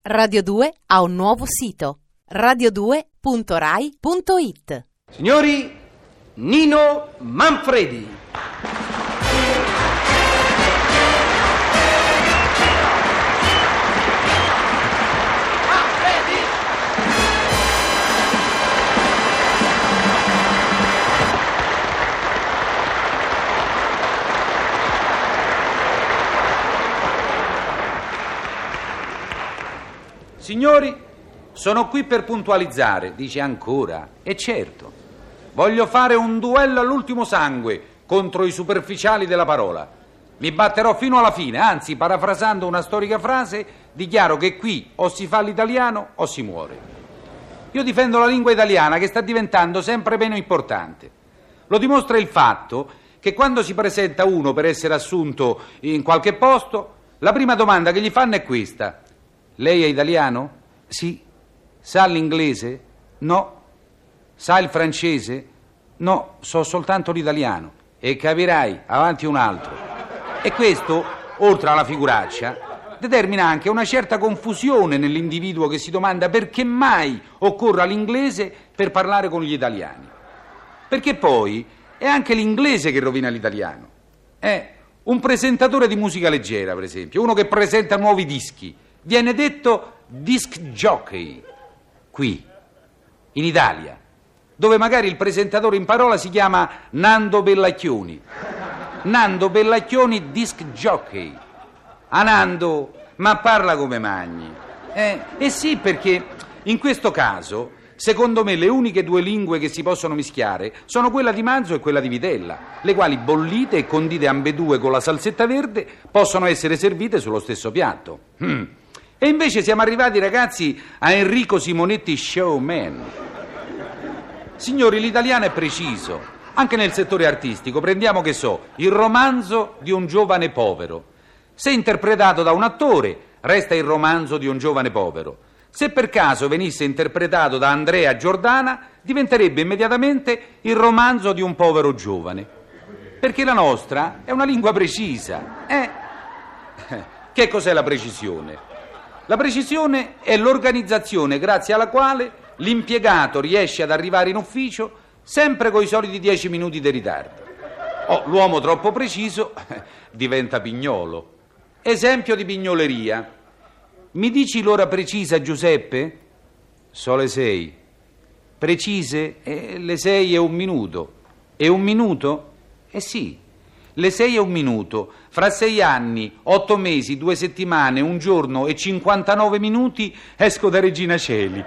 Radio 2 ha un nuovo sito, radio2.rai.it. Signori, Nino Manfredi. Signori, sono qui per puntualizzare, dice ancora. E certo, voglio fare un duello all'ultimo sangue contro i superficiali della parola. Mi batterò fino alla fine, anzi, parafrasando una storica frase, dichiaro che qui o si fa l'italiano o si muore. Io difendo la lingua italiana che sta diventando sempre meno importante. Lo dimostra il fatto che quando si presenta uno per essere assunto in qualche posto, la prima domanda che gli fanno è questa: lei è italiano? Sì. Sa l'inglese? No. Sa il francese? No, so soltanto l'italiano. E capirai, avanti un altro. E questo, oltre alla figuraccia, determina anche una certa confusione nell'individuo che si domanda perché mai occorra l'inglese per parlare con gli italiani. Perché poi è anche l'inglese che rovina l'italiano. Un presentatore di musica leggera, per esempio, uno che presenta nuovi dischi, viene detto disc jockey, qui, in Italia, dove magari il presentatore in parola si chiama Nando Bellacchioni. Nando Bellacchioni, disc jockey. Nando, ma parla come magni. Sì, perché in questo caso, secondo me, le uniche due lingue che si possono mischiare sono quella di Manzo e quella di Vitella, le quali bollite e condite ambedue con la salsetta verde possono essere servite sullo stesso piatto. E invece siamo arrivati, ragazzi, a Enrico Simonetti Showman. Signori, l'italiano è preciso, anche nel settore artistico. Prendiamo, che so, il romanzo di un giovane povero. Se interpretato da un attore, resta il romanzo di un giovane povero. Se per caso venisse interpretato da Andrea Giordana, diventerebbe immediatamente il romanzo di un povero giovane. Perché la nostra è una lingua precisa. Che cos'è la precisione? La precisione è l'organizzazione grazie alla quale l'impiegato riesce ad arrivare in ufficio sempre coi soliti 10 minuti di ritardo. L'uomo troppo preciso diventa pignolo. Esempio di pignoleria. Mi dici l'ora precisa, Giuseppe? So le 6. Precise? Le 6 e 1 minuto. E 1 minuto? Sì. Le 6 e 1 minuto, fra 6 anni, 8 mesi, 2 settimane, 1 giorno e 59 minuti esco da Regina Coeli.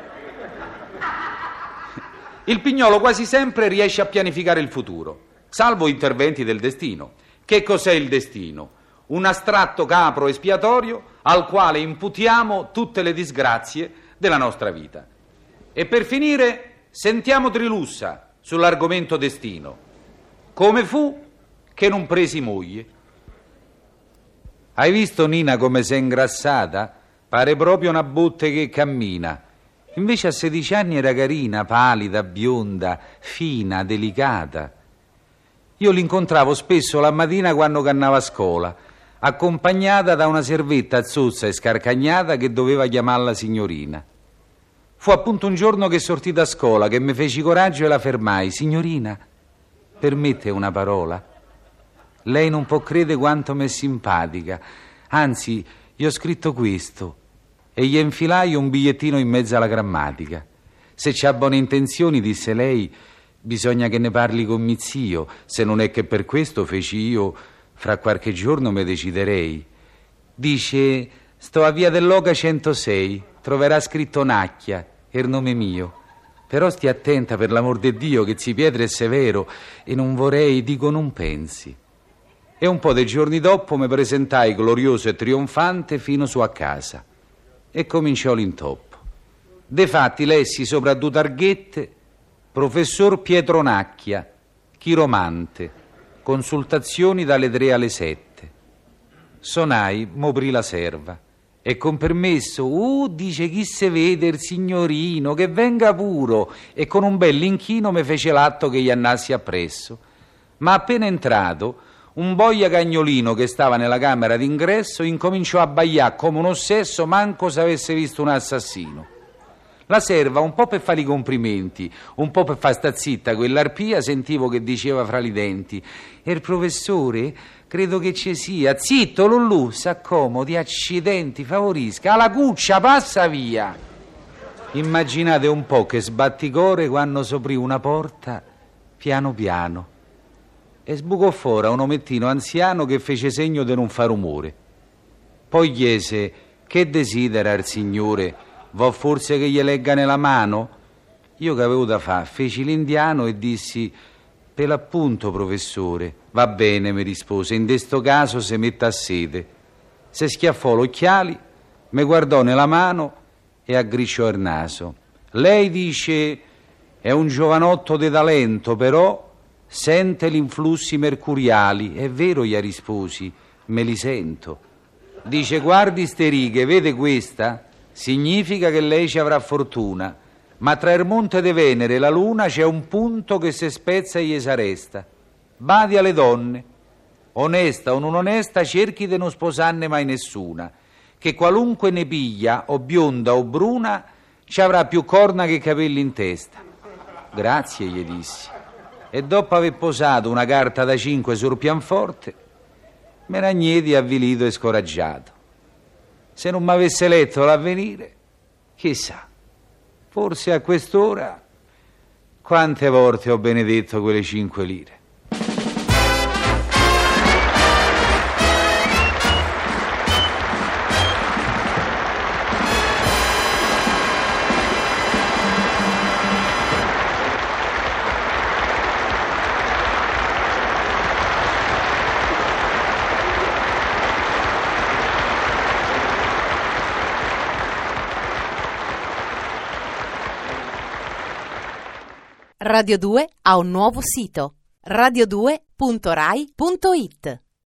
Il pignolo quasi sempre riesce a pianificare il futuro, salvo interventi del destino. Che cos'è il destino? Un astratto capro espiatorio al quale imputiamo tutte le disgrazie della nostra vita. E per finire, sentiamo Trilussa sull'argomento destino. Come fu che non presi moglie? Hai visto, Nina, come sei ingrassata? Pare proprio una botte che cammina. Invece a 16 anni era carina, pallida, bionda, fina, delicata. Io l'incontravo spesso la mattina quando cannava a scuola, accompagnata da una servetta zozza e scarcagnata che doveva chiamarla signorina. Fu appunto un giorno che sortì da scuola che mi feci coraggio e la fermai. Signorina, permette una parola? Lei non può credere quanto mi è simpatica. Anzi, gli ho scritto questo. E gli infilai un bigliettino in mezzo alla grammatica. Se c'ha buone intenzioni, disse lei, bisogna che ne parli con mio zio. Se non è che per questo feci io, fra qualche giorno mi deciderei. Dice, sto a via dell'Oca 106, troverà scritto Nacchia, il nome mio. Però stia attenta, per l'amor di Dio, che zio Pietro è severo e non vorrei, dico, non pensi. E un po' dei giorni dopo mi presentai glorioso e trionfante fino su a casa. E cominciò l'intoppo. Defatti lessi sopra due targhette: professor Pietro Nacchia, chiromante, consultazioni dalle 3 alle 7. Sonai, m'oprì la serva e con permesso, dice, chi se vede il signorino, che venga puro, e con un bel inchino mi fece l'atto che gli annassi appresso. Ma appena entrato, un boia cagnolino che stava nella camera d'ingresso incominciò a abbaiare come un ossesso, manco se avesse visto un assassino. La serva, un po' per fare i complimenti, un po' per far sta zitta quell'arpia, sentivo che diceva fra i denti: «E il professore, credo che ci sia». «Zitto, Lullù, s'accomodi, accidenti, favorisca, alla cuccia, passa via». Immaginate un po' che sbatticore quando s'aprì una porta piano piano e sbucò fuori un omettino anziano che fece segno di non far rumore. Poi chiese: «Che desidera il signore? Vo forse che gli legga nella mano?» Io che avevo da fare feci l'indiano e dissi: «Per l'appunto, professore». «Va bene», mi rispose, «in questo caso se metta a sede». Se schiaffò l'occhiali, mi guardò nella mano e aggrisciò il naso. «Lei dice è un giovanotto di talento, però sente gli influssi mercuriali». «È vero», gli risposi, «me li sento». Dice: «Guardi ste righe, vede questa? Significa che lei ci avrà fortuna, ma tra il monte de Venere e la luna c'è un punto che se spezza e gli s'arresta. Badi alle donne, onesta o non onesta, cerchi di non sposarne mai nessuna, che qualunque ne piglia, o bionda o bruna, ci avrà più corna che capelli in testa». «Grazie», gli dissi, e dopo aver posato una carta da 5 sul pianoforte me ragneti avvilito e scoraggiato. Se non m'avesse letto l'avvenire, chissà, forse a quest'ora quante volte ho benedetto quelle 5 lire. Radio 2 ha un nuovo sito: radio2.rai.it.